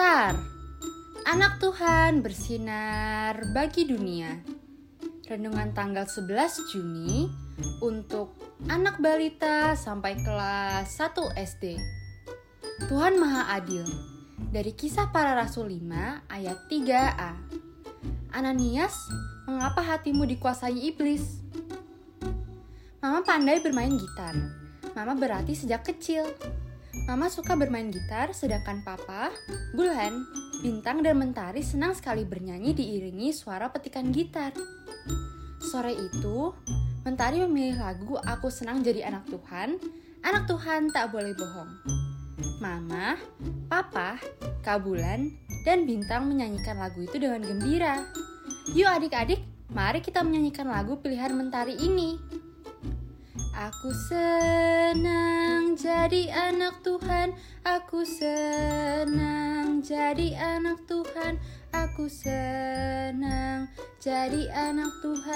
Star, anak Tuhan bersinar bagi dunia. Renungan tanggal 11 Juni untuk anak balita sampai kelas 1 SD. Tuhan Maha Adil. Dari Kisah Para Rasul 5 ayat 3a. Ananias, mengapa hatimu dikuasai iblis? Mama pandai bermain gitar. Mama berlatih sejak kecil. Mama suka bermain gitar, sedangkan Papa, Bulan, Bintang, dan Mentari senang sekali bernyanyi diiringi suara petikan gitar. Sore itu, Mentari memilih lagu Aku Senang Jadi Anak Tuhan Tak Boleh Bohong. Mama, Papa, Kak Bulan, dan Bintang menyanyikan lagu itu dengan gembira. Yuk adik-adik, mari kita menyanyikan lagu pilihan Mentari ini. Aku senang jadi anak Tuhan, aku senang jadi anak Tuhan, aku senang jadi anak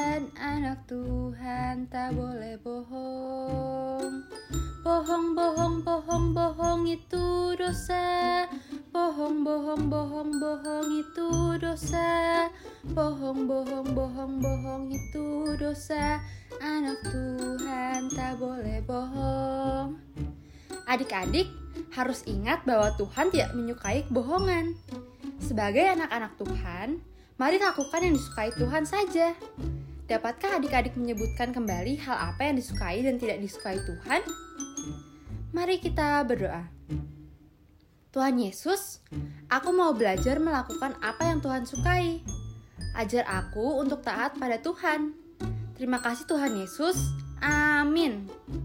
Tuhan tak boleh bohong. Bohong, bohong, bohong, bohong itu dosa. Bohong, bohong, bohong, bohong itu dosa. Bohong, bohong, bohong, bohong itu dosa. Anak Tuhan tak boleh bohong. Adik-adik harus ingat bahwa Tuhan tidak menyukai kebohongan. Sebagai anak-anak Tuhan, mari lakukan yang disukai Tuhan saja. Dapatkah adik-adik menyebutkan kembali hal apa yang disukai dan tidak disukai Tuhan? Mari kita berdoa. Tuhan Yesus, aku mau belajar melakukan apa yang Tuhan sukai. Ajar aku untuk taat pada Tuhan. Terima kasih Tuhan Yesus. Amin.